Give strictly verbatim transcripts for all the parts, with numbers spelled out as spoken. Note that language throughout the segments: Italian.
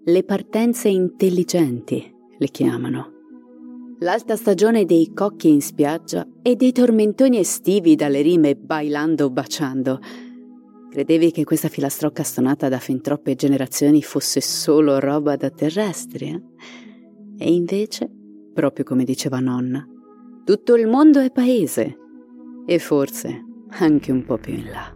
Le partenze intelligenti le chiamano. L'alta stagione dei cocchi in spiaggia e dei tormentoni estivi dalle rime bailando baciando. Credevi che questa filastrocca stonata da fin troppe generazioni fosse solo roba da terrestri, eh? E invece, proprio come diceva nonna, tutto il mondo è paese, e forse anche un po' più in là.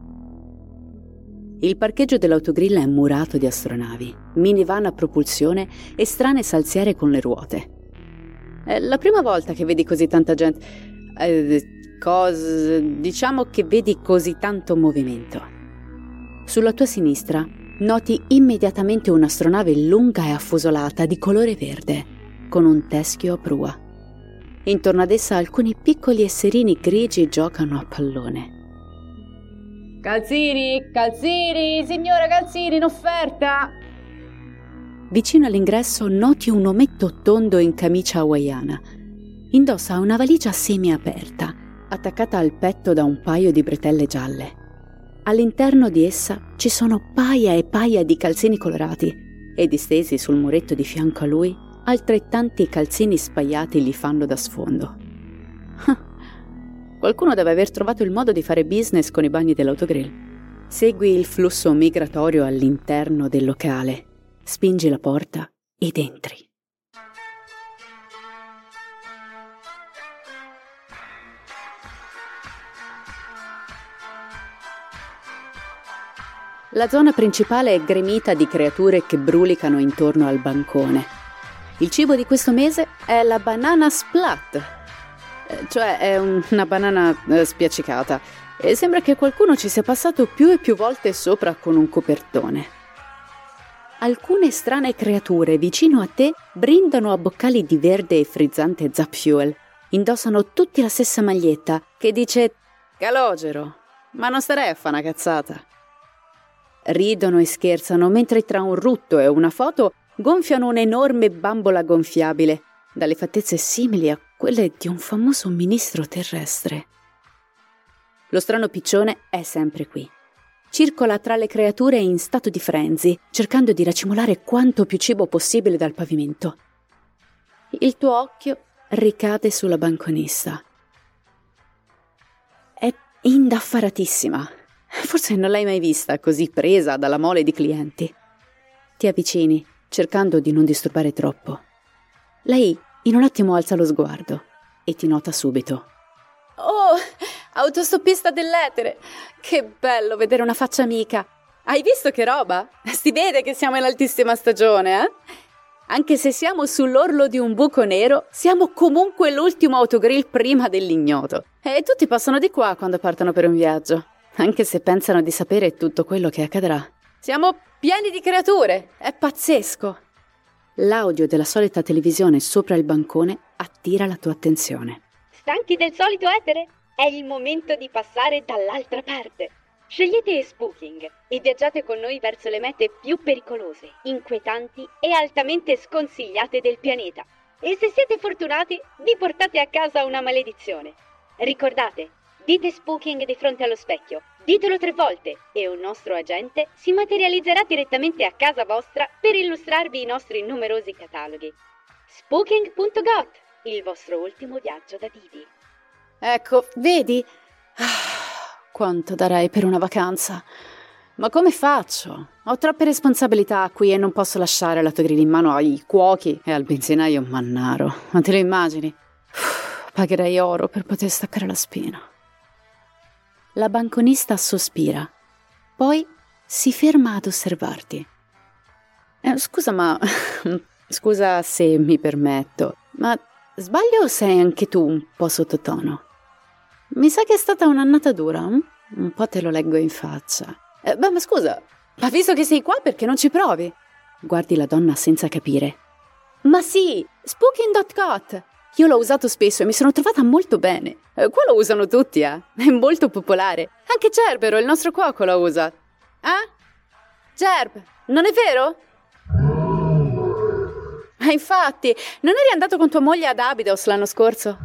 Il parcheggio dell'autogrill è murato di astronavi, minivan a propulsione e strane salsiere con le ruote. È la prima volta che vedi così tanta gente. Eh, cos... Diciamo che vedi così tanto movimento. Sulla tua sinistra noti immediatamente un'astronave lunga e affusolata di colore verde, con un teschio a prua. Intorno ad essa alcuni piccoli esserini grigi giocano a pallone. Calzini, calzini, signora Calzini in offerta! Vicino all'ingresso noti un ometto tondo in camicia hawaiana. Indossa una valigia semiaperta, attaccata al petto da un paio di bretelle gialle. All'interno di essa ci sono paia e paia di calzini colorati e distesi sul muretto di fianco a lui altrettanti calzini spaiati gli fanno da sfondo. Qualcuno deve aver trovato il modo di fare business con i bagni dell'autogrill. Segui il flusso migratorio all'interno del locale, spingi la porta ed entri. La zona principale è gremita di creature che brulicano intorno al bancone. Il cibo di questo mese è la banana splat, cioè è un, una banana eh, spiaccicata, e sembra che qualcuno ci sia passato più e più volte sopra con un copertone. Alcune strane creature vicino a te brindano a boccali di verde e frizzante Zapfuel. Indossano tutti la stessa maglietta che dice calogero, ma non starei a fare una cazzata. Ridono e scherzano mentre tra un rutto e una foto gonfiano un'enorme bambola gonfiabile, dalle fattezze simili a quelle di un famoso ministro terrestre. Lo strano piccione è sempre qui. Circola tra le creature in stato di frenzy, cercando di racimolare quanto più cibo possibile dal pavimento. Il tuo occhio ricade sulla banconista. È indaffaratissima. Forse non l'hai mai vista così presa dalla mole di clienti. Ti avvicini, cercando di non disturbare troppo. Lei in un attimo alza lo sguardo e ti nota subito. Oh, autostoppista dell'etere! Che bello vedere una faccia amica! Hai visto che roba? Si vede che siamo in altissima stagione, eh? Anche se siamo sull'orlo di un buco nero, siamo comunque l'ultimo autogrill prima dell'ignoto. E tutti passano di qua quando partono per un viaggio, anche se pensano di sapere tutto quello che accadrà. Siamo pieni di creature, è pazzesco! L'audio della solita televisione sopra il bancone attira la tua attenzione. Stanchi del solito etere? È il momento di passare dall'altra parte. Scegliete Spooking e viaggiate con noi verso le mete più pericolose, inquietanti e altamente sconsigliate del pianeta. E se siete fortunati, vi portate a casa una maledizione. Ricordate, dite Spooking di fronte allo specchio, ditelo tre volte e un nostro agente si materializzerà direttamente a casa vostra per illustrarvi i nostri numerosi cataloghi. Spooking punto got, il vostro ultimo viaggio da divi. Ecco, vedi? Ah, quanto darei per una vacanza. Ma come faccio? Ho troppe responsabilità qui e non posso lasciare l'autogrill in mano ai cuochi e al benzinaio Mannaro. Ma te lo immagini? Uff, pagherei oro per poter staccare la spina. La banconista sospira, poi si ferma ad osservarti. Eh, scusa, ma... scusa se mi permetto, ma sbaglio o sei anche tu un po' sottotono? Mi sa che è stata un'annata dura, hm? Un po' te lo leggo in faccia. Eh, beh, ma scusa, ma visto che sei qua, perché non ci provi? Guardi la donna senza capire. Ma sì, spooking punto got! Io l'ho usato spesso e mi sono trovata molto bene. Eh, qua lo usano tutti, eh? È molto popolare. Anche Gerbero, il nostro cuoco, lo usa. Eh? Gerb, non è vero? Ah, infatti, non eri andato con tua moglie ad Abydos l'anno scorso?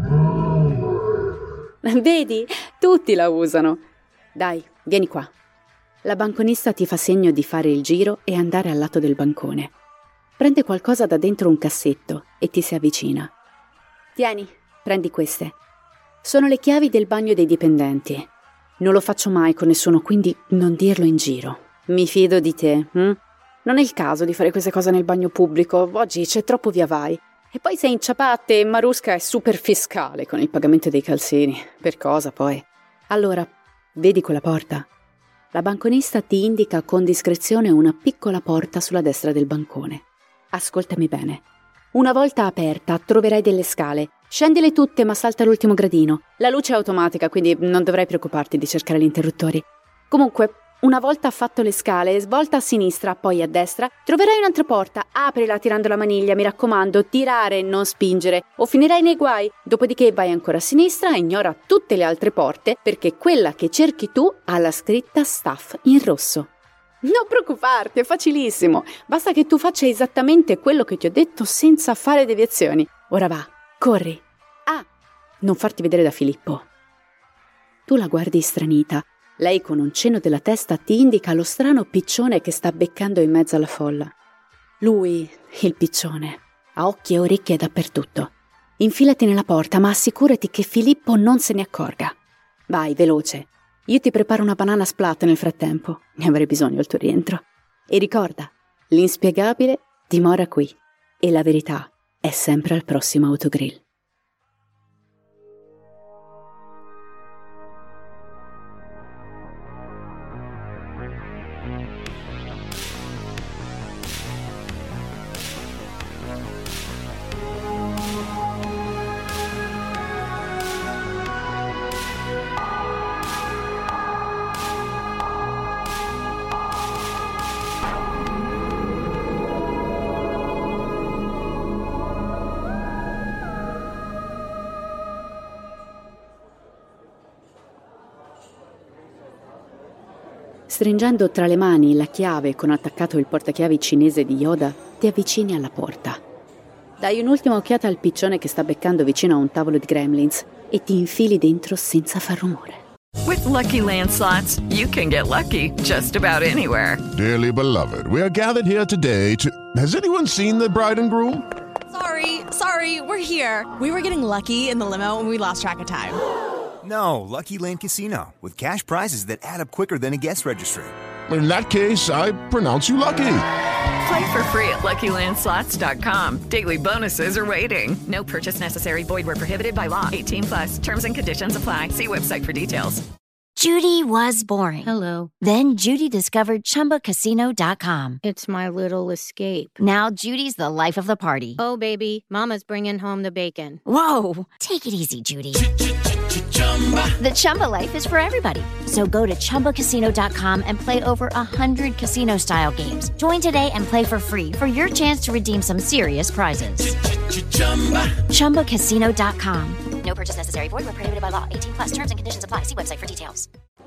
Vedi? Tutti la usano. Dai, vieni qua. La banconista ti fa segno di fare il giro e andare al lato del bancone. prende qualcosa da dentro un cassetto e ti si avvicina. Tieni, prendi queste. Sono le chiavi del bagno dei dipendenti. Non lo faccio mai con nessuno, quindi non dirlo in giro. Mi fido di te, hm? Non è il caso di fare queste cose nel bagno pubblico. Oggi c'è troppo via vai. E poi sei in ciabatte e Marusca è super fiscale con il pagamento dei calzini. Per cosa, poi? Allora, vedi quella porta? La banconista ti indica con discrezione una piccola porta sulla destra del bancone. Ascoltami bene. Una volta aperta troverai delle scale. Scendile tutte, ma salta l'ultimo gradino. La luce è automatica, quindi non dovrai preoccuparti di cercare gli interruttori. Comunque, una volta fatto le scale, svolta a sinistra, poi a destra, troverai un'altra porta. Aprila tirando la maniglia, mi raccomando, tirare, non spingere, o finirai nei guai. Dopodiché vai ancora a sinistra, ignora tutte le altre porte, perché quella che cerchi tu ha la scritta staff in rosso. Non preoccuparti, è facilissimo. Basta che tu faccia esattamente quello che ti ho detto senza fare deviazioni. Ora va, corri. Ah, non farti vedere da Filippo. Tu la guardi stranita. Lei con un cenno della testa ti indica lo strano piccione che sta beccando in mezzo alla folla. Lui, il piccione, ha occhi e orecchie dappertutto. Infilati nella porta, ma assicurati che Filippo non se ne accorga. Vai, veloce. Io ti preparo una banana splat nel frattempo. Ne avrei bisogno al tuo rientro. E ricorda, l'inspiegabile dimora qui. E la verità è sempre al prossimo autogrill. Stringendo tra le mani la chiave con attaccato il portachiavi cinese di Yoda, ti avvicini alla porta. Dai un'ultima occhiata al piccione che sta beccando vicino a un tavolo di gremlins e ti infili dentro senza far rumore. With Lucky Land Slots, you can get lucky just about anywhere. Dearly beloved, we are gathered here today to... Has anyone seen the bride and groom? Sorry, sorry, we're here. We were getting lucky in the limo and we lost track of time. No, Lucky Land Casino, with cash prizes that add up quicker than a guest registry. In that case, I pronounce you lucky. Play for free at Lucky Land Slots dot com. Daily bonuses are waiting. No purchase necessary. Void where prohibited by law. eighteen plus. Terms and conditions apply. See website for details. Judy was boring. Hello. Then Judy discovered Chumba Casino dot com. It's my little escape. Now Judy's the life of the party. Oh, baby, mama's bringing home the bacon. Whoa, take it easy, Judy. The Chumba life is for everybody. So go to Chumba Casino dot com and play over one hundred casino-style games. Join today and play for free for your chance to redeem some serious prizes. Chumba Casino dot com. No purchase necessary. Void where prohibited by law. eighteen plus. Terms and conditions apply. See website for details.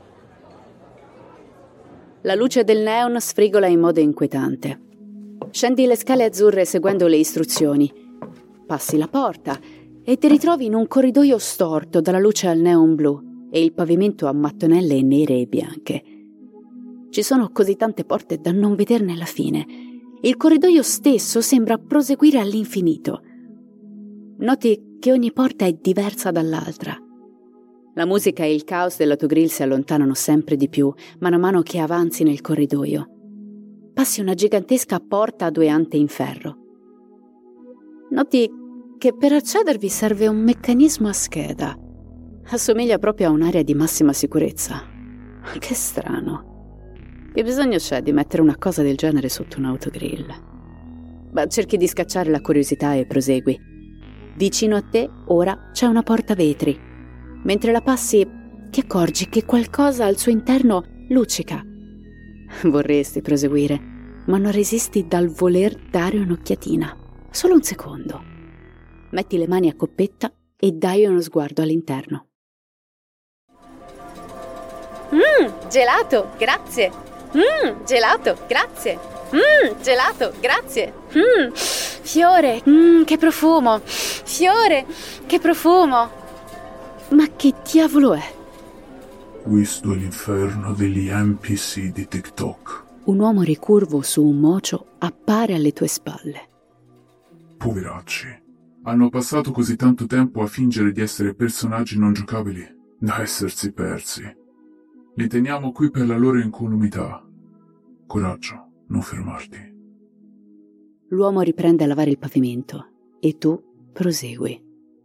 La luce del neon sfrigola in modo inquietante. Scendi le scale azzurre seguendo le istruzioni. Passi la porta e ti ritrovi in un corridoio storto dalla luce al neon blu e il pavimento a mattonelle nere e bianche. Ci sono così tante porte da non vederne la fine. Il corridoio stesso sembra proseguire all'infinito. Noti che ogni porta è diversa dall'altra. La musica e il caos dell'autogrill si allontanano sempre di più, man mano che avanzi nel corridoio. Passi una gigantesca porta a due ante in ferro. Noti che per accedervi serve un meccanismo a scheda. Assomiglia proprio a un'area di massima sicurezza. Che strano. Che bisogno c'è di mettere una cosa del genere sotto un autogrill? Ma cerchi di scacciare la curiosità e prosegui. Vicino a te ora c'è una porta a vetri. Mentre la passi ti accorgi che qualcosa al suo interno luccica. Vorresti proseguire, ma non resisti dal voler dare un'occhiatina. Solo un secondo. Metti le mani a coppetta e dai uno sguardo all'interno. Mmm, gelato, grazie. Mmm, gelato, grazie. Mmm, gelato, grazie. Mmm, fiore, mmm, che profumo. Fiore, che profumo. Ma che diavolo è? Questo è l'inferno degli N P C di TikTok. un uomo ricurvo su un mocio appare alle tue spalle. Poveracci. Hanno passato così tanto tempo a fingere di essere personaggi non giocabili da essersi persi. Li teniamo qui per la loro incolumità. Coraggio, non fermarti. L'uomo riprende a lavare il pavimento e tu prosegui.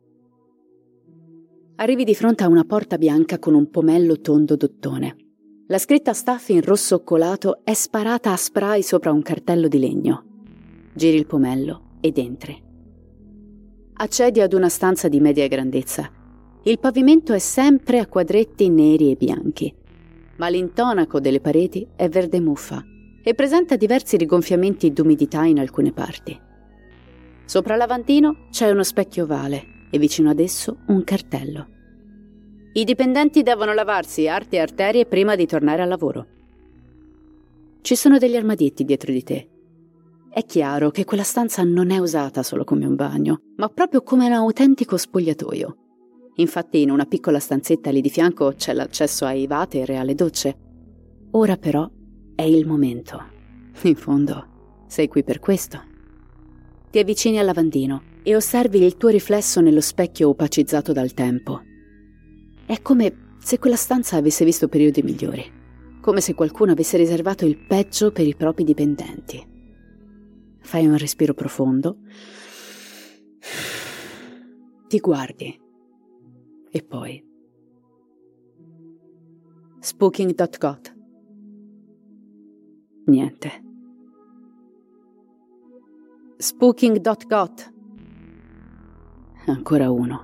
Arrivi di fronte a una porta bianca con un pomello tondo d'ottone. La scritta staff in rosso colato è sparata a spray sopra un cartello di legno. Giri il pomello ed entri. Accedi ad una stanza di media grandezza. Il pavimento è sempre a quadretti neri e bianchi, ma l'intonaco delle pareti è verde muffa e presenta diversi rigonfiamenti d'umidità in alcune parti. Sopra il lavandino c'è uno specchio ovale e vicino ad esso un cartello. I dipendenti devono lavarsi arti e arterie prima di tornare al lavoro. Ci sono degli armadietti dietro di te. È chiaro che quella stanza non è usata solo come un bagno, ma proprio come un autentico spogliatoio. Infatti in una piccola stanzetta lì di fianco c'è l'accesso ai water e alle docce. Ora però è il momento. In fondo, sei qui per questo. Ti avvicini al lavandino e osservi il tuo riflesso nello specchio opacizzato dal tempo. È come se quella stanza avesse visto periodi migliori, come se qualcuno avesse riservato il peggio per i propri dipendenti. Fai un respiro profondo, ti guardi e poi spooking dot got. Niente. spooking dot got. Ancora uno.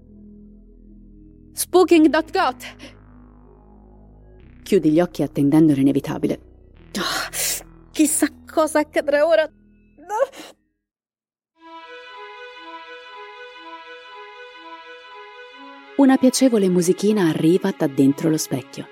spooking dot got. Chiudi gli occhi attendendo l'inevitabile. Oh, chissà cosa accadrà ora. No. Una piacevole musichina arriva da dentro lo specchio.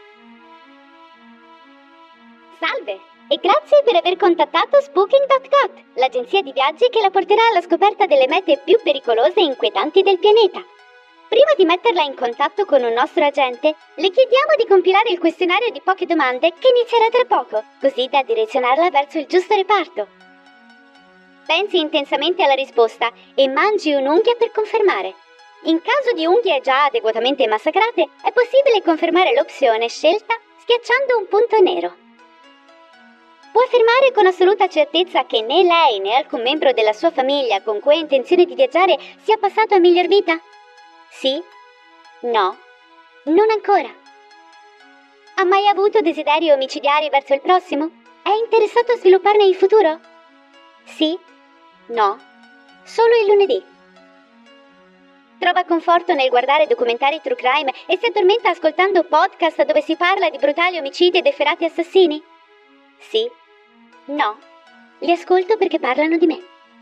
Salve e grazie per aver contattato spooking dot got, l'agenzia di viaggi che la porterà alla scoperta delle mete più pericolose e inquietanti del pianeta. Prima di metterla in contatto con un nostro agente, le chiediamo di compilare il questionario di poche domande che inizierà tra poco, così da direzionarla verso il giusto reparto. Pensi intensamente alla risposta e mangi un'unghia per confermare. In caso di unghie già adeguatamente massacrate, è possibile confermare l'opzione scelta schiacciando un punto nero. Può affermare con assoluta certezza che né lei né alcun membro della sua famiglia con cui ha intenzione di viaggiare sia passato a miglior vita? Sì? No? Non ancora? Ha mai avuto desideri omicidiari verso il prossimo? È interessato a svilupparne in futuro? Sì? No? Solo il lunedì. Trova conforto nel guardare documentari true crime e si addormenta ascoltando podcast dove si parla di brutali omicidi ed efferati assassini? Sì? No? Li ascolto perché parlano di me.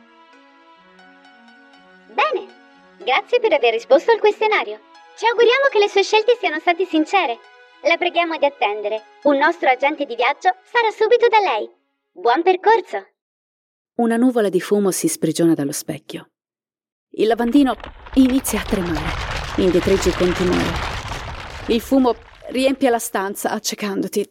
Bene, grazie per aver risposto al questionario. Ci auguriamo che le sue scelte siano state sincere. La preghiamo di attendere. Un nostro agente di viaggio sarà subito da lei. Buon percorso! Una nuvola di fumo si sprigiona dallo specchio. Il lavandino inizia a tremare, indietreggi continuare. Il fumo riempie la stanza, accecandoti.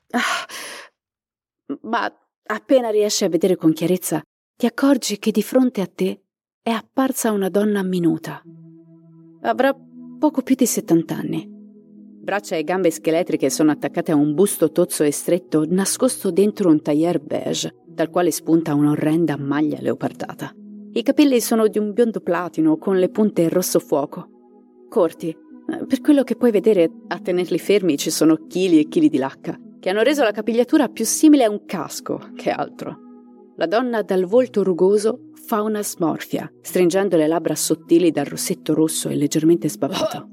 Ah. Ma appena riesci a vedere con chiarezza, ti accorgi che di fronte a te è apparsa una donna minuta. Avrà poco più di settant'anni. Braccia e gambe scheletriche sono attaccate a un busto tozzo e stretto, nascosto dentro un tailleur beige, dal quale spunta un'orrenda maglia leopardata. I capelli sono di un biondo platino con le punte rosso fuoco. Corti. Per quello che puoi vedere, a tenerli fermi ci sono chili e chili di lacca, che hanno reso la capigliatura più simile a un casco che altro. La donna dal volto rugoso fa una smorfia, stringendo le labbra sottili dal rossetto rosso e leggermente sbavato.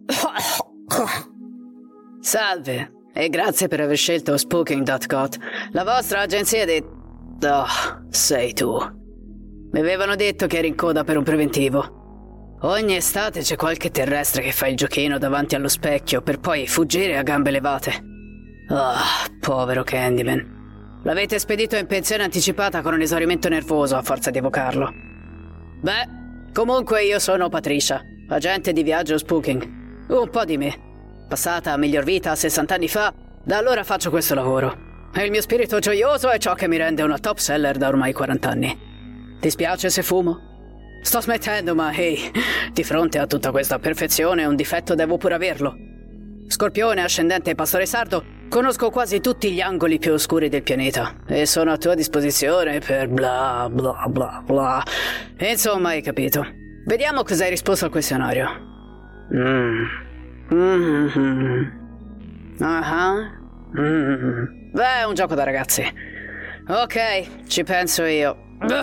Salve, e grazie per aver scelto spooking dot got, la vostra agenzia di... Oh, sei tu. Mi avevano detto che eri in coda per un preventivo. Ogni estate c'è qualche terrestre che fa il giochino davanti allo specchio per poi fuggire a gambe levate. Ah, oh, povero Candyman. L'avete spedito in pensione anticipata con un esaurimento nervoso a forza di evocarlo. Beh, comunque io sono Patricia, agente di viaggio spooking. Un po' di me. Passata a miglior vita sessanta anni fa, da allora faccio questo lavoro. e il mio spirito gioioso è ciò che mi rende una top seller da ormai quaranta anni. Ti spiace se fumo? Sto smettendo, ma ehi, di fronte a tutta questa perfezione un difetto devo pure averlo. Scorpione, ascendente pastore sardo, conosco quasi tutti gli angoli più oscuri del pianeta e sono a tua disposizione per bla bla bla bla. Insomma, hai capito. Vediamo cosa hai risposto al questionario. Mm. Mm-hmm. Uh-huh. Mm. Beh, è un gioco da ragazzi. Ok, ci penso io.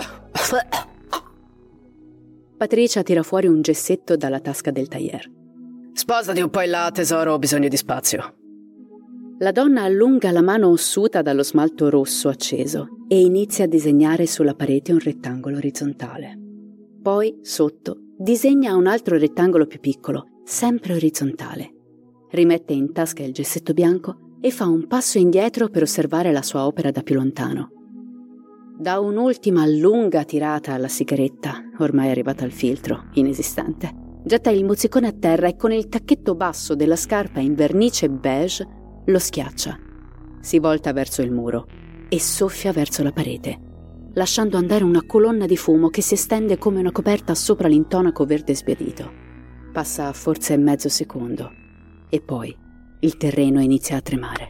Patricia tira fuori un gessetto dalla tasca del tailleur. Sposati un po' in là, tesoro, ho bisogno di spazio. La donna allunga la mano ossuta dallo smalto rosso acceso e inizia a disegnare sulla parete un rettangolo orizzontale. Poi, sotto, disegna un altro rettangolo più piccolo, sempre orizzontale. Rimette in tasca il gessetto bianco e fa un passo indietro per osservare la sua opera da più lontano. Dà un'ultima lunga tirata alla sigaretta, ormai arrivata al filtro, inesistente. Getta il mozzicone a terra e con il tacchetto basso della scarpa in vernice beige lo schiaccia. Si volta verso il muro e soffia verso la parete, lasciando andare una colonna di fumo che si estende come una coperta sopra l'intonaco verde sbiadito. Passa forse mezzo secondo e poi il terreno inizia a tremare.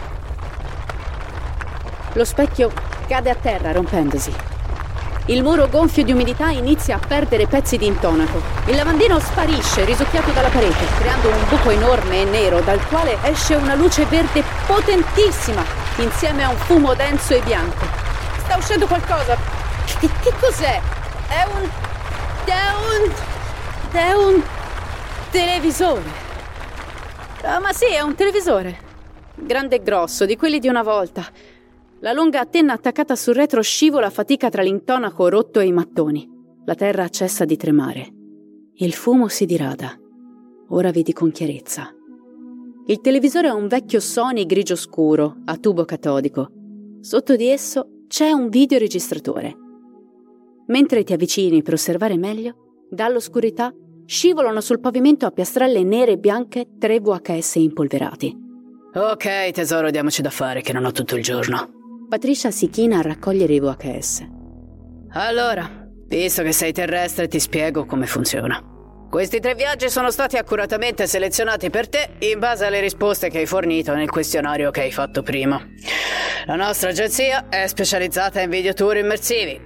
Lo specchio cade a terra rompendosi. Il muro gonfio di umidità inizia a perdere pezzi di intonaco. Il lavandino sparisce, risucchiato dalla parete, creando un buco enorme e nero dal quale esce una luce verde potentissima, insieme a un fumo denso e bianco. Sta uscendo qualcosa. Che, che cos'è? È un... è un... è un... televisore. Ah, ma sì, è un televisore. Grande e grosso, di quelli di una volta. La lunga antenna attaccata sul retro scivola a fatica tra l'intonaco rotto e i mattoni. La terra cessa di tremare. Il fumo si dirada. Ora vedi con chiarezza. Il televisore è un vecchio Sony grigio scuro, a tubo catodico. Sotto di esso c'è un videoregistratore. Mentre ti avvicini per osservare meglio, dall'oscurità scivolano sul pavimento a piastrelle nere e bianche tre V H S impolverati. Ok, tesoro, diamoci da fare che non ho tutto il giorno. Patricia si china a raccogliere i V H S. Allora, visto che sei terrestre, ti spiego come funziona. Questi tre viaggi sono stati accuratamente selezionati per te in base alle risposte che hai fornito nel questionario che hai fatto prima. La nostra agenzia è specializzata in videotour immersivi.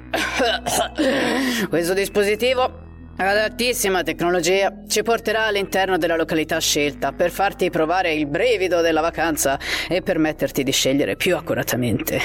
Questo dispositivo ad altissima tecnologia ci porterà all'interno della località scelta per farti provare il brivido della vacanza e permetterti di scegliere più accuratamente.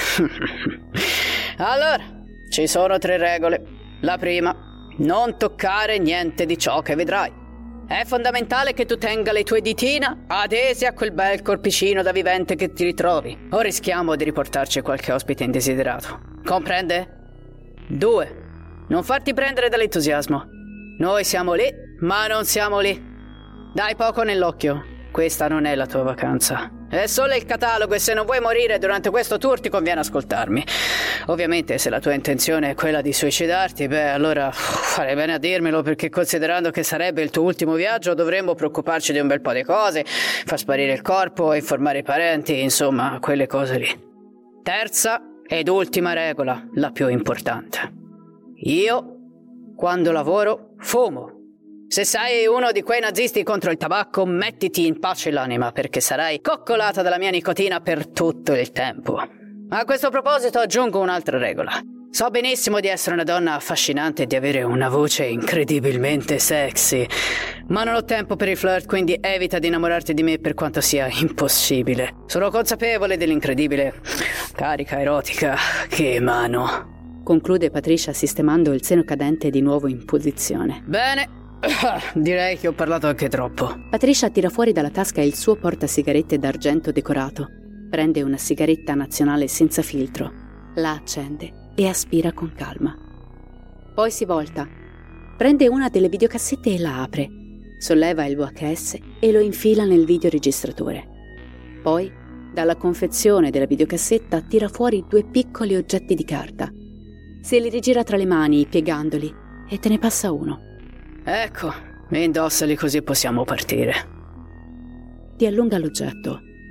Allora, ci sono tre regole. La prima, non toccare niente di ciò che vedrai. È fondamentale che tu tenga le tue ditine adese a quel bel corpicino da vivente che ti ritrovi, o rischiamo di riportarci qualche ospite indesiderato. Comprende? Due, non farti prendere dall'entusiasmo. Noi siamo lì, ma non siamo lì. Dai poco nell'occhio. Questa non è la tua vacanza. È solo il catalogo e se non vuoi morire durante questo tour ti conviene ascoltarmi. Ovviamente se la tua intenzione è quella di suicidarti, beh allora farei bene a dirmelo, perché considerando che sarebbe il tuo ultimo viaggio dovremmo preoccuparci di un bel po' di cose, far sparire il corpo, informare i parenti, insomma quelle cose lì. Terza ed ultima regola, la più importante. Io, quando lavoro, fumo. Se sei uno di quei nazisti contro il tabacco, mettiti in pace l'anima, perché sarai coccolata dalla mia nicotina per tutto il tempo. A questo proposito aggiungo un'altra regola. So benissimo di essere una donna affascinante e di avere una voce incredibilmente sexy, ma non ho tempo per il flirt, quindi evita di innamorarti di me per quanto sia impossibile. Sono consapevole dell'incredibile carica erotica che emano. Conclude Patricia sistemando il seno cadente di nuovo in posizione. Bene, direi che ho parlato anche troppo. Patricia tira fuori dalla tasca il suo portasigarette d'argento decorato. Prende una sigaretta nazionale senza filtro, la accende e aspira con calma. Poi si volta, prende una delle videocassette e la apre, solleva il V H S e lo infila nel videoregistratore. Poi, dalla confezione della videocassetta tira fuori due piccoli oggetti di carta. Se li rigira tra le mani, piegandoli, e te ne passa uno. Ecco, indossali così possiamo partire. Ti allunga l'oggetto.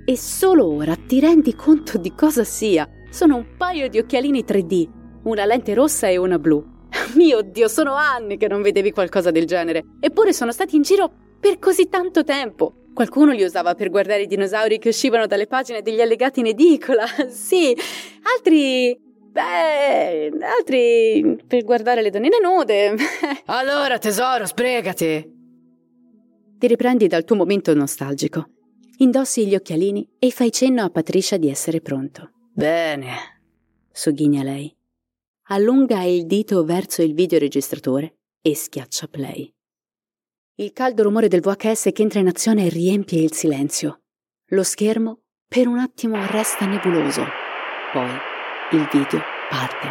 E solo ora ti rendi conto di cosa sia. Sono un paio di occhialini tre D, una lente rossa e una blu. Mio Dio, sono anni che non vedevi qualcosa del genere. Eppure sono stati in giro per così tanto tempo. Qualcuno li usava per guardare i dinosauri che uscivano dalle pagine degli allegati in edicola. Sì, altri... Beh, altri per guardare le donnine nude. Allora, tesoro, sbrigati. Ti riprendi dal tuo momento nostalgico. Indossi gli occhialini e fai cenno a Patricia di essere pronto. Bene, sogghigna lei. Allunga il dito verso il videoregistratore e schiaccia play. Il caldo rumore del V H S che entra in azione riempie il silenzio. Lo schermo per un attimo resta nebuloso. Poi il video parte.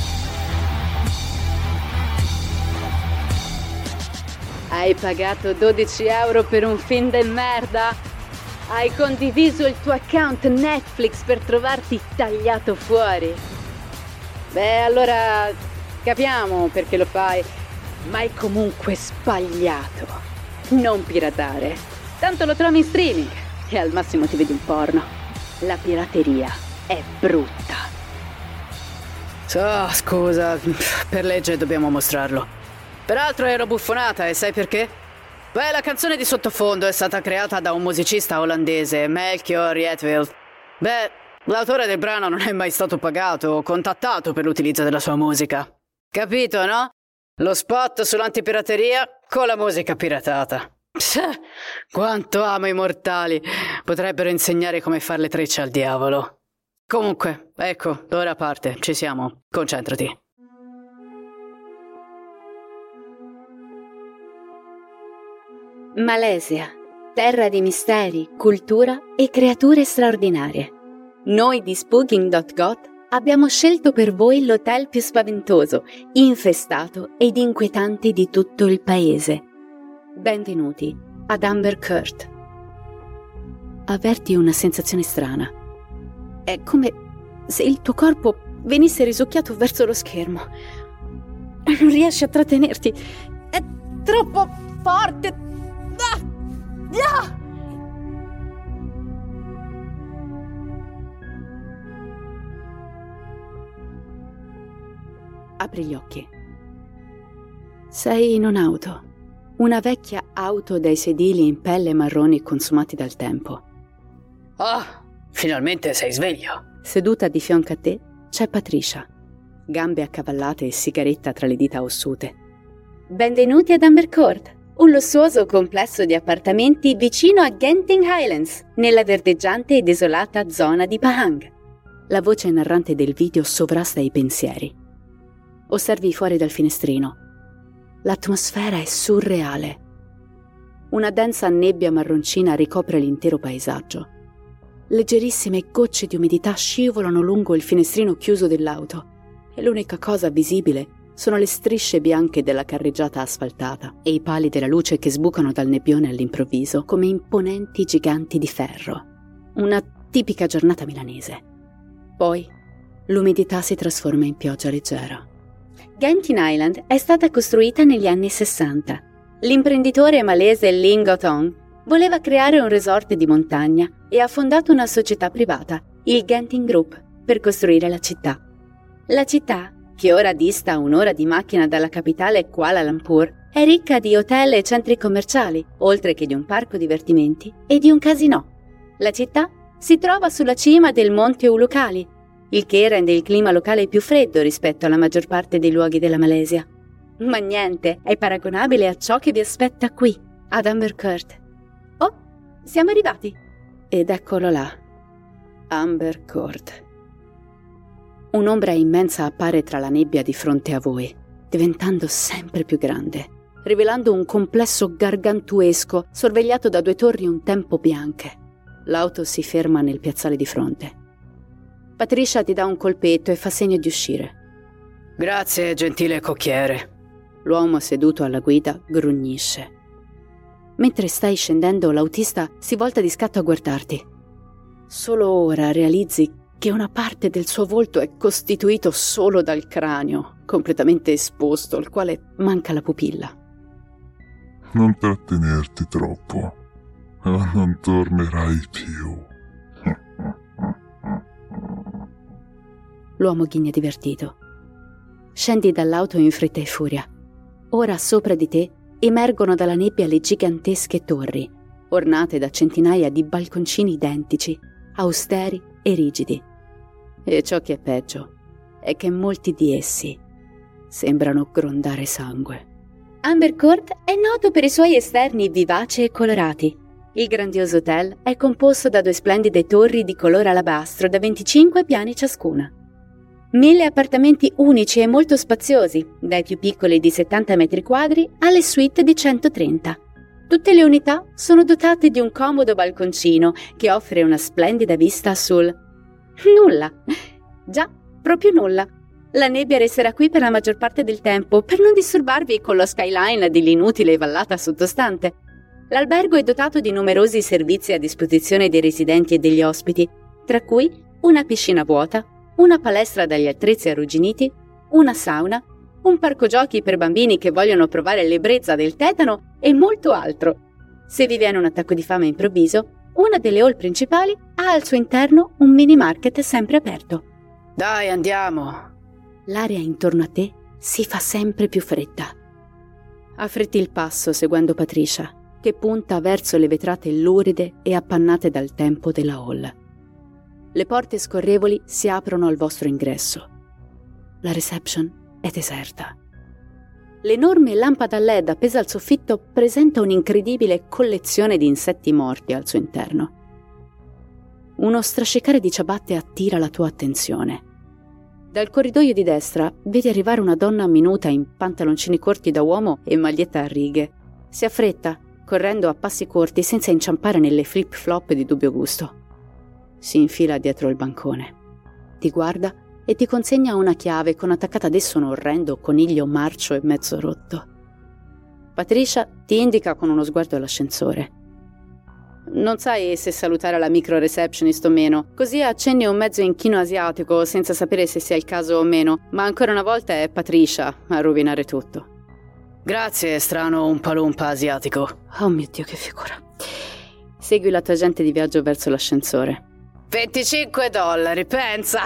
Hai pagato dodici euro per un film del merda? Hai condiviso il tuo account Netflix per trovarti tagliato fuori? Beh, allora capiamo perché lo fai, ma è comunque sbagliato. Non piratare. Tanto lo trovi in streaming e al massimo ti vedi un porno. La pirateria è brutta. Oh, scusa, per legge dobbiamo mostrarlo. Peraltro ero buffonata e sai perché? Beh, la canzone di sottofondo è stata creata da un musicista olandese, Melchior Rietveld. Beh, l'autore del brano non è mai stato pagato o contattato per l'utilizzo della sua musica. Capito, no? Lo spot sull'antipirateria con la musica piratata. Psst, quanto amo i mortali. Potrebbero insegnare come fare le trecce al diavolo. Comunque, ecco, ora parte, ci siamo. Concentrati. Malesia, terra di misteri, cultura e creature straordinarie. Noi di Spooking punto got abbiamo scelto per voi l'hotel più spaventoso, infestato ed inquietante di tutto il paese. Benvenuti ad Amber Court. Avverti una sensazione strana. È come se il tuo corpo venisse risucchiato verso lo schermo. Non riesci a trattenerti. È troppo forte. Ah! Ah! Apri gli occhi. Sei in un'auto. Una vecchia auto dai sedili in pelle marroni consumati dal tempo. Ah, finalmente sei sveglio. Seduta di fianco a te c'è Patricia, gambe accavallate e sigaretta tra le dita ossute. Benvenuti ad Amber Court, un lussuoso complesso di appartamenti vicino a Genting Highlands, nella verdeggiante e desolata zona di Pahang. La voce narrante del video sovrasta i pensieri. Osservi fuori dal finestrino. L'atmosfera è surreale. Una densa nebbia marroncina ricopre l'intero paesaggio. Leggerissime gocce di umidità scivolano lungo il finestrino chiuso dell'auto e l'unica cosa visibile sono le strisce bianche della carreggiata asfaltata e i pali della luce che sbucano dal nebbione all'improvviso come imponenti giganti di ferro. Una tipica giornata milanese. Poi l'umidità si trasforma in pioggia leggera. Genting Island è stata costruita negli anni sessanta. L'imprenditore malese Ling Gotong voleva creare un resort di montagna e ha fondato una società privata, il Genting Group, per costruire la città. La città, che ora dista un'ora di macchina dalla capitale Kuala Lumpur, è ricca di hotel e centri commerciali, oltre che di un parco divertimenti e di un casinò. La città si trova sulla cima del monte Ulukali, il che rende il clima locale più freddo rispetto alla maggior parte dei luoghi della Malesia. Ma niente è paragonabile a ciò che vi aspetta qui, ad Amber Court. Oh, siamo arrivati! Ed eccolo là, Amber Court. Un'ombra immensa appare tra la nebbia di fronte a voi, diventando sempre più grande, rivelando un complesso gargantuesco sorvegliato da due torri un tempo bianche. L'auto si ferma nel piazzale di fronte. Patricia ti dà un colpetto e fa segno di uscire. Grazie, gentile cocchiere. L'uomo seduto alla guida grugnisce. Mentre stai scendendo, l'autista si volta di scatto a guardarti. Solo ora realizzi che una parte del suo volto è costituito solo dal cranio, completamente esposto, al quale manca la pupilla. Non trattenerti troppo, o non tornerai più. L'uomo ghigna divertito. Scendi dall'auto in fretta e furia. Ora sopra di te emergono dalla nebbia le gigantesche torri, ornate da centinaia di balconcini identici, austeri e rigidi. E ciò che è peggio è che molti di essi sembrano grondare sangue. Amber Court è noto per i suoi esterni vivaci e colorati. Il grandioso hotel è composto da due splendide torri di color alabastro da venticinque piani ciascuna. Mille appartamenti unici e molto spaziosi, dai più piccoli di settanta metri quadri alle suite di centotrenta. Tutte le unità sono dotate di un comodo balconcino che offre una splendida vista sul... nulla. Già, proprio nulla. La nebbia resterà qui per la maggior parte del tempo, per non disturbarvi con lo skyline dell'inutile vallata sottostante. L'albergo è dotato di numerosi servizi a disposizione dei residenti e degli ospiti, tra cui una piscina vuota, una palestra dagli attrezzi arrugginiti, una sauna, un parco giochi per bambini che vogliono provare l'ebbrezza del tetano e molto altro. Se vi viene un attacco di fame improvviso, una delle hall principali ha al suo interno un mini market sempre aperto. Dai, andiamo! L'aria intorno a te si fa sempre più fredda. Affretti il passo seguendo Patricia, che punta verso le vetrate luride e appannate dal tempo della hall. Le porte scorrevoli si aprono al vostro ingresso. La reception è deserta. L'enorme lampada a led appesa al soffitto presenta un'incredibile collezione di insetti morti al suo interno. Uno strascicare di ciabatte attira la tua attenzione. Dal corridoio di destra vedi arrivare una donna minuta in pantaloncini corti da uomo e maglietta a righe. Si affretta, correndo a passi corti senza inciampare nelle flip-flop di dubbio gusto. Si infila dietro il bancone. Ti guarda e ti consegna una chiave con attaccata ad esso un orrendo coniglio marcio e mezzo rotto. Patricia ti indica con uno sguardo l'ascensore. Non sai se salutare la micro receptionist o meno, così accenni un mezzo inchino asiatico senza sapere se sia il caso o meno, ma ancora una volta è Patricia a rovinare tutto. Grazie, strano un palumpa asiatico. Oh mio Dio, che figura. Segui la tua agente di viaggio verso l'ascensore. venticinque dollari, pensa!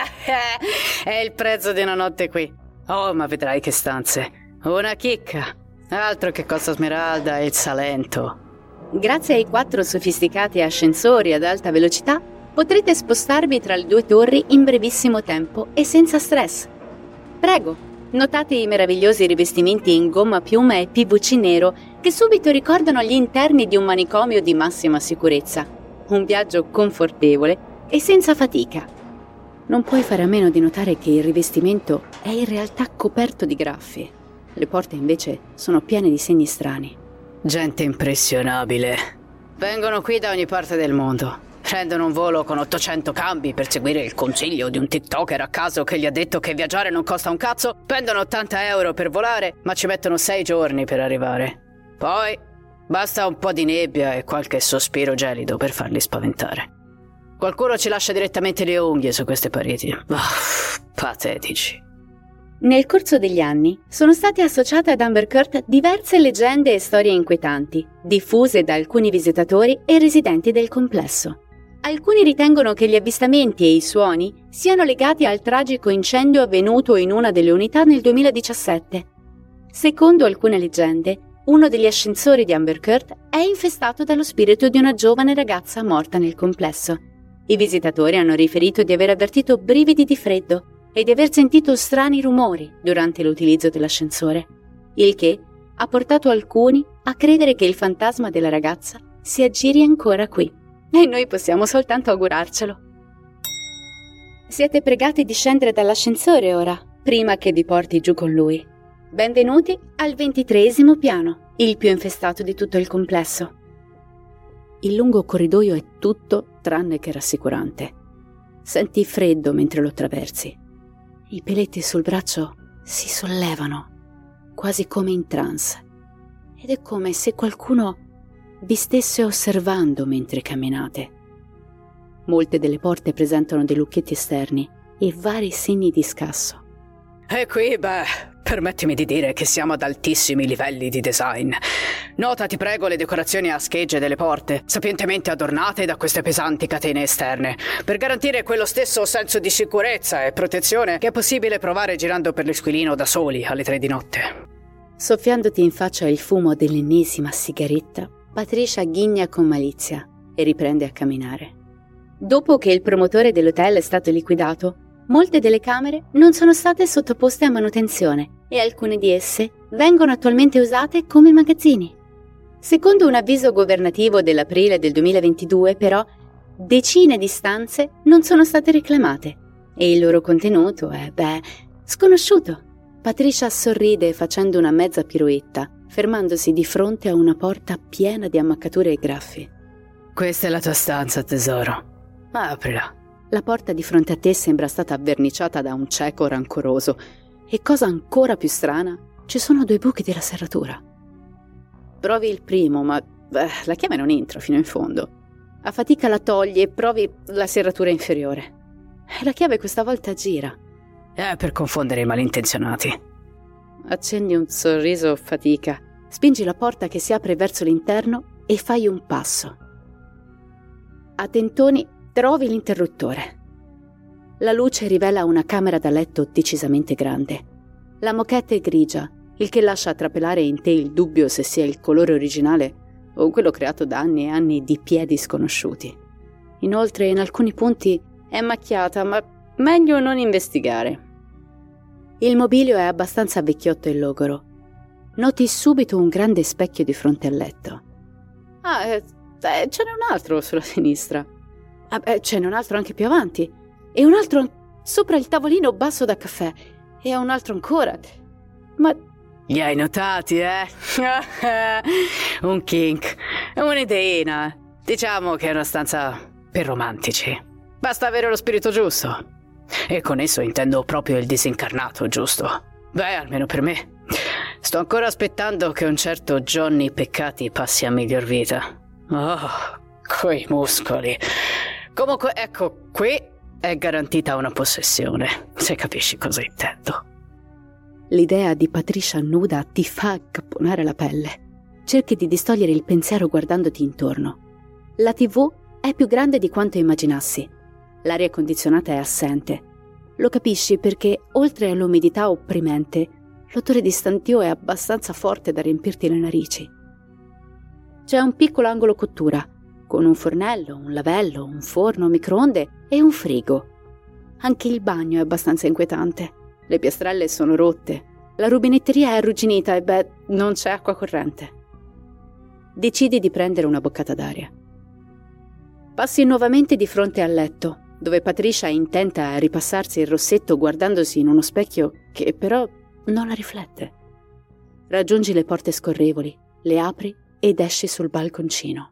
È il prezzo di una notte qui. Oh, ma vedrai che stanze. Una chicca. Altro che Costa Smeralda e il Salento. Grazie ai quattro sofisticati ascensori ad alta velocità, potrete spostarvi tra le due torri in brevissimo tempo e senza stress. Prego, notate i meravigliosi rivestimenti in gomma piuma e P V C nero che subito ricordano gli interni di un manicomio di massima sicurezza. Un viaggio confortevole e senza fatica. Non puoi fare a meno di notare che il rivestimento è in realtà coperto di graffi. Le porte invece sono piene di segni strani. Gente impressionabile. Vengono qui da ogni parte del mondo. Prendono un volo con ottocento cambi per seguire il consiglio di un tiktoker a caso che gli ha detto che viaggiare non costa un cazzo. Spendono ottanta euro per volare, ma ci mettono sei giorni per arrivare. Poi basta un po' di nebbia e qualche sospiro gelido per farli spaventare. Qualcuno ci lascia direttamente le unghie su queste pareti. Oh, patetici. Nel corso degli anni sono state associate ad Amber Court diverse leggende e storie inquietanti, diffuse da alcuni visitatori e residenti del complesso. Alcuni ritengono che gli avvistamenti e i suoni siano legati al tragico incendio avvenuto in una delle unità nel duemiladiciassette. Secondo alcune leggende, uno degli ascensori di Amber Court è infestato dallo spirito di una giovane ragazza morta nel complesso. I visitatori hanno riferito di aver avvertito brividi di freddo e di aver sentito strani rumori durante l'utilizzo dell'ascensore, il che ha portato alcuni a credere che il fantasma della ragazza si aggiri ancora qui. E noi possiamo soltanto augurarcelo. Siete pregati di scendere dall'ascensore ora, prima che vi porti giù con lui. Benvenuti al ventitreesimo piano, il più infestato di tutto il complesso. Il lungo corridoio è tutto tranne che rassicurante. Senti freddo mentre lo attraversi. I peletti sul braccio si sollevano, quasi come in trance, ed è come se qualcuno vi stesse osservando mentre camminate. Molte delle porte presentano dei lucchetti esterni e vari segni di scasso. E qui, beh, Permettimi di dire che siamo ad altissimi livelli di design. Nota, ti prego, le decorazioni a schegge delle porte, sapientemente adornate da queste pesanti catene esterne, per garantire quello stesso senso di sicurezza e protezione che è possibile provare girando per l'Esquilino da soli alle tre di notte. Soffiandoti in faccia il fumo dell'ennesima sigaretta, Patricia ghigna con malizia e riprende a camminare. Dopo che il promotore dell'hotel è stato liquidato, molte delle camere non sono state sottoposte a manutenzione e alcune di esse vengono attualmente usate come magazzini. Secondo un avviso governativo dell'aprile del duemilaventidue, però, decine di stanze non sono state reclamate e il loro contenuto è, beh, sconosciuto. Patricia sorride facendo una mezza piroetta, fermandosi di fronte a una porta piena di ammaccature e graffi. Questa è la tua stanza, tesoro. Aprila. La porta di fronte a te sembra stata verniciata da un cieco rancoroso e, cosa ancora più strana, ci sono due buchi della serratura. Provi il primo, ma beh, la chiave non entra fino in fondo. A fatica la togli e provi la serratura inferiore. La chiave questa volta gira. È per confondere i malintenzionati. Accendi un sorriso fatica, spingi la porta che si apre verso l'interno e fai un passo. A tentoni trovi l'interruttore. La luce rivela una camera da letto decisamente grande. La moquette è grigia, il che lascia trapelare in te il dubbio se sia il colore originale o quello creato da anni e anni di piedi sconosciuti. Inoltre, in alcuni punti è macchiata, ma meglio non investigare. Il mobilio è abbastanza vecchiotto e logoro. Noti subito un grande specchio di fronte al letto. Ah, eh, eh, ce n'è un altro sulla sinistra. Ah, eh, ce n'è un altro anche più avanti. E un altro sopra il tavolino basso da caffè. E un altro ancora. Ma... Li hai notati, eh? Un kink. Un'ideina. Diciamo che è una stanza per romantici. Basta avere lo spirito giusto. E con esso intendo proprio il disincarnato, giusto? Beh, almeno per me. Sto ancora aspettando che un certo Johnny Peccati passi a miglior vita. Oh, quei muscoli. Comunque, ecco, qui è garantita una possessione, se capisci cosa intendo. L'idea di Patricia nuda ti fa accapponare la pelle. Cerchi di distogliere il pensiero guardandoti intorno. La tivù è più grande di quanto immaginassi. L'aria condizionata è assente. Lo capisci perché, oltre all'umidità opprimente, l'odore di stantio è abbastanza forte da riempirti le narici. C'è un piccolo angolo cottura, con un fornello, un lavello, un forno, microonde e un frigo. Anche il bagno è abbastanza inquietante. Le piastrelle sono rotte, la rubinetteria è arrugginita e beh, non c'è acqua corrente. Decidi di prendere una boccata d'aria. Passi nuovamente di fronte al letto, dove Patricia è intenta a ripassarsi il rossetto guardandosi in uno specchio che però non la riflette. Raggiungi le porte scorrevoli, le apri ed esci sul balconcino.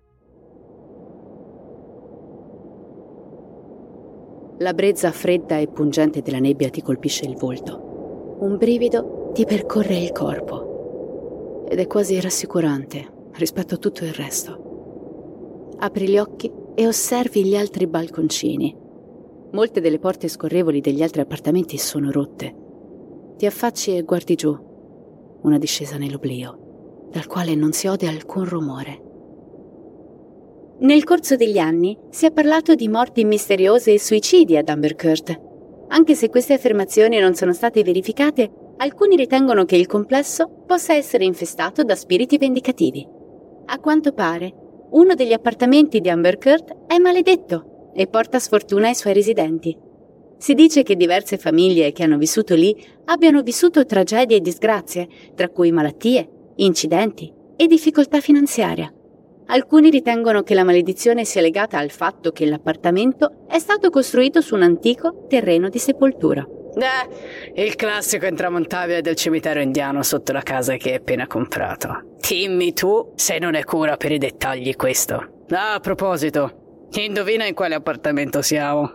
La brezza fredda e pungente della nebbia ti colpisce il volto. Un brivido ti percorre il corpo ed è quasi rassicurante rispetto a tutto il resto. Apri gli occhi e osservi gli altri balconcini. Molte delle porte scorrevoli degli altri appartamenti sono rotte. Ti affacci e guardi giù. Una discesa nell'oblio, dal quale non si ode alcun rumore. Nel corso degli anni si è parlato di morti misteriose e suicidi ad Amber Court. Anche se queste affermazioni non sono state verificate, alcuni ritengono che il complesso possa essere infestato da spiriti vendicativi. A quanto pare, uno degli appartamenti di Amber Court è maledetto e porta sfortuna ai suoi residenti. Si dice che diverse famiglie che hanno vissuto lì abbiano vissuto tragedie e disgrazie, tra cui malattie, incidenti e difficoltà finanziaria. Alcuni ritengono che la maledizione sia legata al fatto che l'appartamento è stato costruito su un antico terreno di sepoltura. Eh, il classico intramontabile del cimitero indiano sotto la casa che hai appena comprato. Dimmi tu se non è cura per i dettagli questo. Ah, a proposito, indovina in quale appartamento siamo.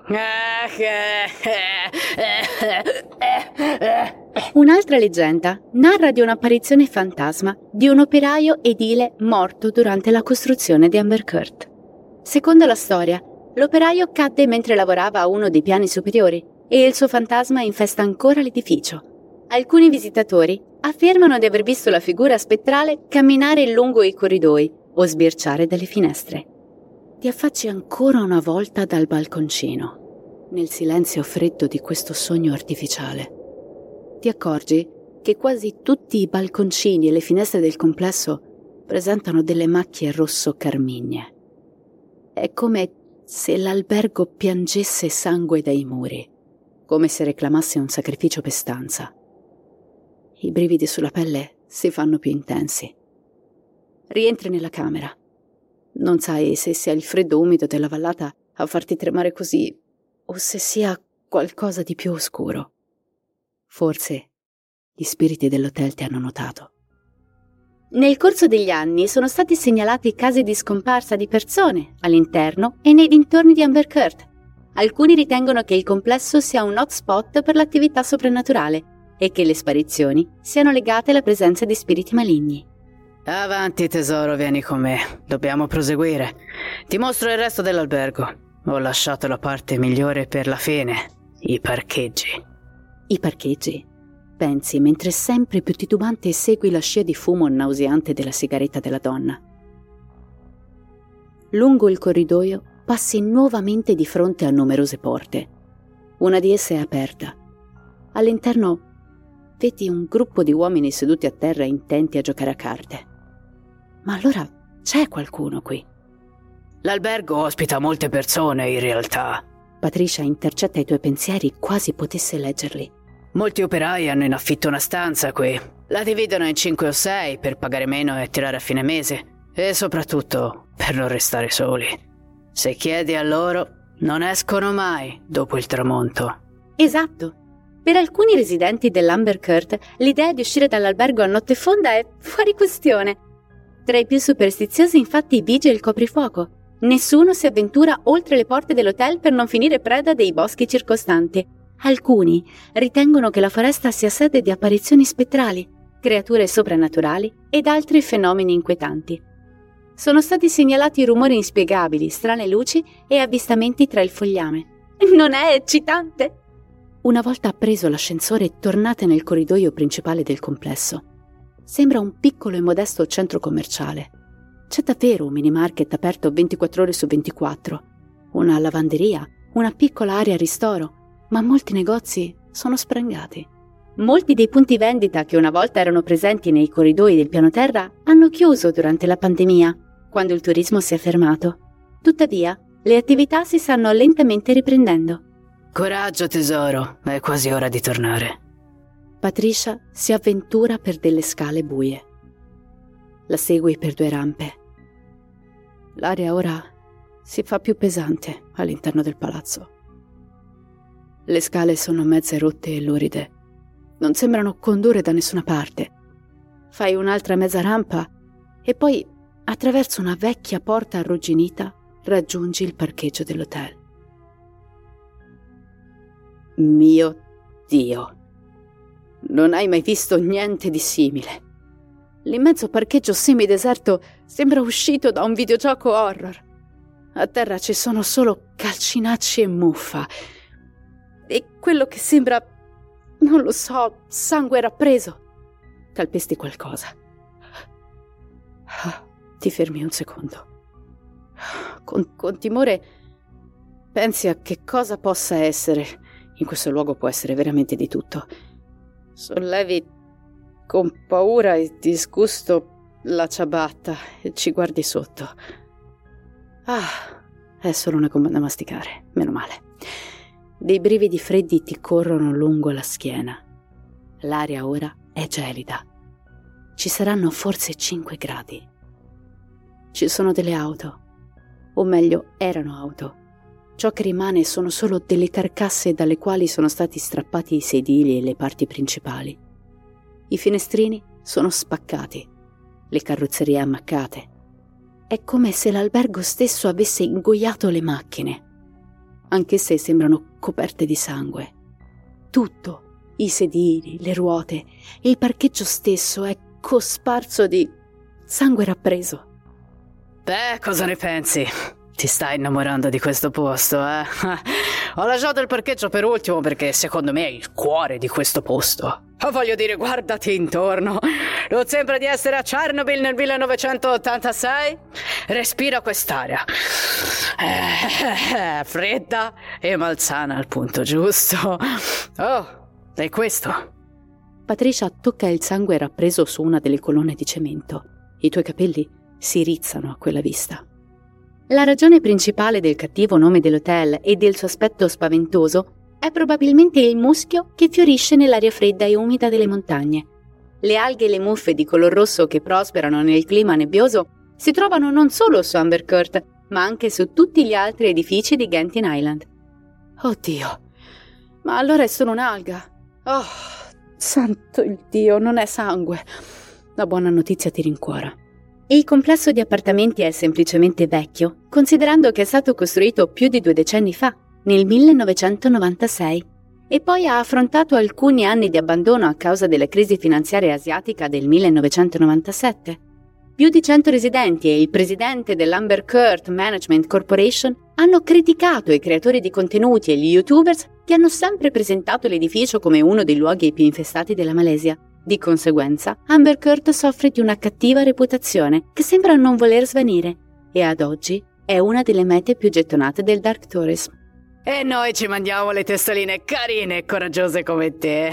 Un'altra leggenda narra di un'apparizione fantasma di un operaio edile morto durante la costruzione di Amber Court. Secondo la storia, l'operaio cadde mentre lavorava a uno dei piani superiori e il suo fantasma infesta ancora l'edificio. Alcuni visitatori affermano di aver visto la figura spettrale camminare lungo i corridoi o sbirciare dalle finestre. Ti affacci ancora una volta dal balconcino, nel silenzio freddo di questo sogno artificiale. Ti accorgi che quasi tutti i balconcini e le finestre del complesso presentano delle macchie rosso carmigne. È come se l'albergo piangesse sangue dai muri, come se reclamasse un sacrificio per stanza. I brividi sulla pelle si fanno più intensi. Rientri nella camera. Non sai se sia il freddo umido della vallata a farti tremare così o se sia qualcosa di più oscuro. Forse gli spiriti dell'hotel ti hanno notato. Nel corso degli anni sono stati segnalati casi di scomparsa di persone all'interno e nei dintorni di Amber Court. Alcuni ritengono che il complesso sia un hotspot per l'attività soprannaturale e che le sparizioni siano legate alla presenza di spiriti maligni. Avanti tesoro, vieni con me. Dobbiamo proseguire. Ti mostro il resto dell'albergo. Ho lasciato la parte migliore per la fine. I parcheggi. I parcheggi? Pensi mentre sempre più titubante segui la scia di fumo nauseante della sigaretta della donna. Lungo il corridoio passi nuovamente di fronte a numerose porte. Una di esse è aperta. All'interno vedi un gruppo di uomini seduti a terra intenti a giocare a carte. Ma allora c'è qualcuno qui. L'albergo ospita molte persone in realtà. Patricia intercetta i tuoi pensieri quasi potesse leggerli. Molti operai hanno in affitto una stanza qui. La dividono in cinque o sei per pagare meno e tirare a fine mese. E soprattutto per non restare soli. Se chiedi a loro, non escono mai dopo il tramonto. Esatto. Per alcuni residenti dell'Amber Court, l'idea di uscire dall'albergo a notte fonda è fuori questione. Tra i più superstiziosi infatti vige il coprifuoco. Nessuno si avventura oltre le porte dell'hotel per non finire preda dei boschi circostanti. Alcuni ritengono che la foresta sia sede di apparizioni spettrali, creature soprannaturali ed altri fenomeni inquietanti. Sono stati segnalati rumori inspiegabili, strane luci e avvistamenti tra il fogliame. Non è eccitante? Una volta appreso l'ascensore, tornate nel corridoio principale del complesso. Sembra un piccolo e modesto centro commerciale. C'è davvero un mini market aperto ventiquattro ore su ventiquattro, una lavanderia, una piccola area ristoro, ma molti negozi sono sprangati. Molti dei punti vendita che una volta erano presenti nei corridoi del piano terra hanno chiuso durante la pandemia, quando il turismo si è fermato. Tuttavia, le attività si stanno lentamente riprendendo. Coraggio tesoro, è quasi ora di tornare. Patricia si avventura per delle scale buie. La segui per due rampe. L'aria ora si fa più pesante all'interno del palazzo. Le scale sono mezze rotte e luride. Non sembrano condurre da nessuna parte. Fai un'altra mezza rampa e poi, attraverso una vecchia porta arrugginita, raggiungi il parcheggio dell'hotel. Mio Dio! Non hai mai visto niente di simile. L'immenso parcheggio semideserto sembra uscito da un videogioco horror. A terra ci sono solo calcinacci e muffa. E quello che sembra, non lo so, sangue rappreso. Calpesti qualcosa. Ti fermi un secondo. Con, con timore pensi a che cosa possa essere. In questo luogo può essere veramente di tutto. Sollevi con paura e disgusto la ciabatta e ci guardi sotto. Ah, è solo una gomma da masticare, meno male. Dei brividi freddi ti corrono lungo la schiena. L'aria ora è gelida. Ci saranno forse cinque gradi. Ci sono delle auto, o meglio, erano auto. Ciò che rimane sono solo delle carcasse dalle quali sono stati strappati i sedili e le parti principali. I finestrini sono spaccati, le carrozzerie ammaccate. È come se l'albergo stesso avesse ingoiato le macchine, anche se sembrano coperte di sangue. Tutto, i sedili, le ruote e il parcheggio stesso è cosparso di sangue rappreso. Beh, cosa ne pensi? Ti stai innamorando di questo posto, eh? Ho lasciato il parcheggio per ultimo perché secondo me è il cuore di questo posto. Oh, voglio dire, guardati intorno. Non sembra di essere a Chernobyl nel millenovecentottantasei? Respira quest'aria. Eh, fredda e malsana al punto giusto. Oh, è questo. Patricia tocca il sangue rappreso su una delle colonne di cemento. I tuoi capelli si rizzano a quella vista. La ragione principale del cattivo nome dell'hotel e del suo aspetto spaventoso è probabilmente il muschio che fiorisce nell'aria fredda e umida delle montagne. Le alghe e le muffe di color rosso che prosperano nel clima nebbioso si trovano non solo su Amber Court, ma anche su tutti gli altri edifici di Gentin Island. Oddio, ma allora è solo un'alga. Oh, santo il Dio, non è sangue. La buona notizia ti rincuora. Il complesso di appartamenti è semplicemente vecchio, considerando che è stato costruito più di due decenni fa, nel millenovecentonovantasei, e poi ha affrontato alcuni anni di abbandono a causa della crisi finanziaria asiatica del millenovecentonovantasette. Più di cento residenti e il presidente dell'Amber Court Management Corporation hanno criticato i creatori di contenuti e gli youtubers che hanno sempre presentato l'edificio come uno dei luoghi più infestati della Malesia. Di conseguenza, Amber Court soffre di una cattiva reputazione che sembra non voler svanire e ad oggi è una delle mete più gettonate del dark tourism. E noi ci mandiamo le testoline carine e coraggiose come te.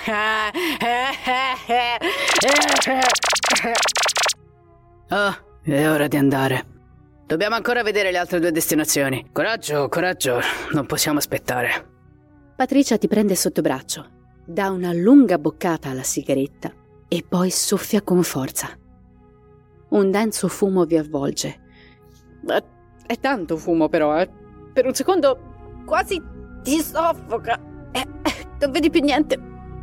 Oh, è ora di andare. Dobbiamo ancora vedere le altre due destinazioni. Coraggio, coraggio, non possiamo aspettare. Patricia ti prende sotto braccio, dà una lunga boccata alla sigaretta e poi soffia con forza. Un denso fumo vi avvolge. È, è tanto fumo però, eh. Per un secondo quasi ti soffoca. Eh, eh, non vedi più niente.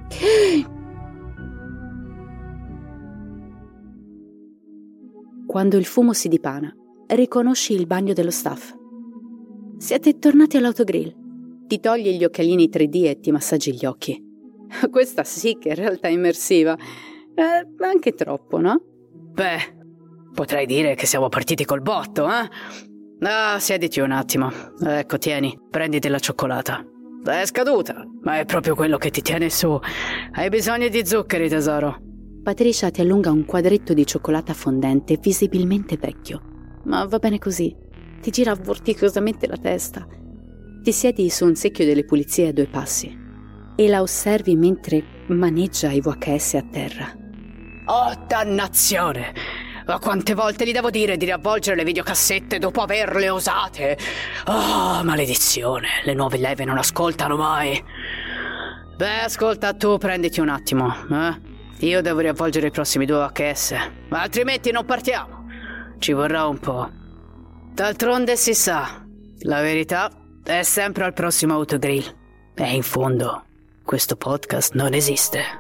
Quando il fumo si dipana, riconosci il bagno dello staff. Siete tornati all'autogrill. Ti togli gli occhialini tre D e ti massaggi gli occhi. Questa sì che è realtà immersiva. Eh, anche troppo, no? Beh, potrei dire che siamo partiti col botto, eh? Ah, siediti un attimo. Ecco, tieni, prenditi la cioccolata. È scaduta, ma è proprio quello che ti tiene su. Hai bisogno di zuccheri, tesoro. Patricia ti allunga un quadretto di cioccolata fondente, visibilmente vecchio. Ma va bene così. Ti gira vorticosamente la testa. Ti siedi su un secchio delle pulizie a due passi e la osservi mentre maneggia i V H S a terra. Oh, dannazione! Ma quante volte gli devo dire di riavvolgere le videocassette dopo averle usate? Oh, maledizione, le nuove leve non ascoltano mai. Beh, ascolta, tu prenditi un attimo, eh? Io devo riavvolgere i prossimi due V H S, ma altrimenti non partiamo. Ci vorrà un po'. D'altronde si sa, la verità è sempre al prossimo autogrill. E in fondo, questo podcast non esiste.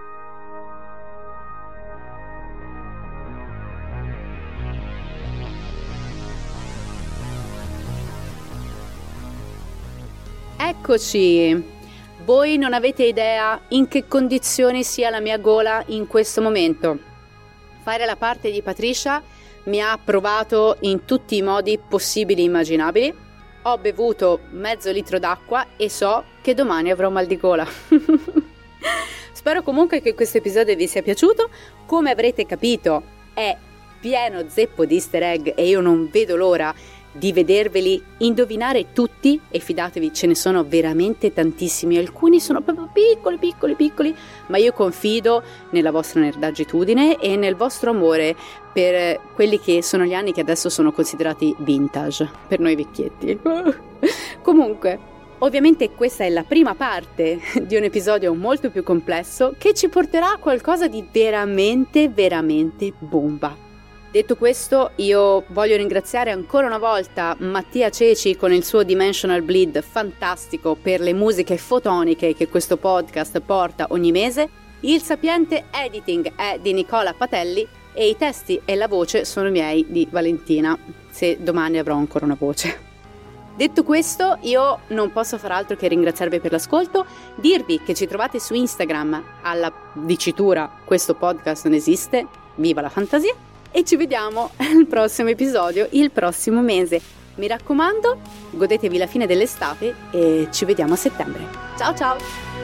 Eccoci! Voi non avete idea in che condizioni sia la mia gola in questo momento. Fare la parte di Patricia mi ha provato in tutti i modi possibili e immaginabili. Ho bevuto mezzo litro d'acqua e so che domani avrò mal di gola. Spero comunque che questo episodio vi sia piaciuto. Come avrete capito è pieno zeppo di easter egg e io non vedo l'ora di vederveli indovinare tutti, e fidatevi, ce ne sono veramente tantissimi. Alcuni sono proprio piccoli piccoli piccoli, ma io confido nella vostra nerdaggitudine e nel vostro amore per quelli che sono gli anni che adesso sono considerati vintage per noi vecchietti. Comunque, ovviamente questa è la prima parte di un episodio molto più complesso che ci porterà a qualcosa di veramente veramente bomba. Detto questo, io voglio ringraziare ancora una volta Mattia Ceci con il suo Dimensional Bleed fantastico per le musiche fotoniche che questo podcast porta ogni mese. Il sapiente editing è di Nicola Patelli e i testi e la voce sono miei di Valentina, se domani avrò ancora una voce. Detto questo, io non posso far altro che ringraziarvi per l'ascolto, dirvi che ci trovate su Instagram alla dicitura questo podcast non esiste, viva la fantasia! E ci vediamo al prossimo episodio il prossimo mese. Mi raccomando, godetevi la fine dell'estate e ci vediamo a settembre. Ciao ciao!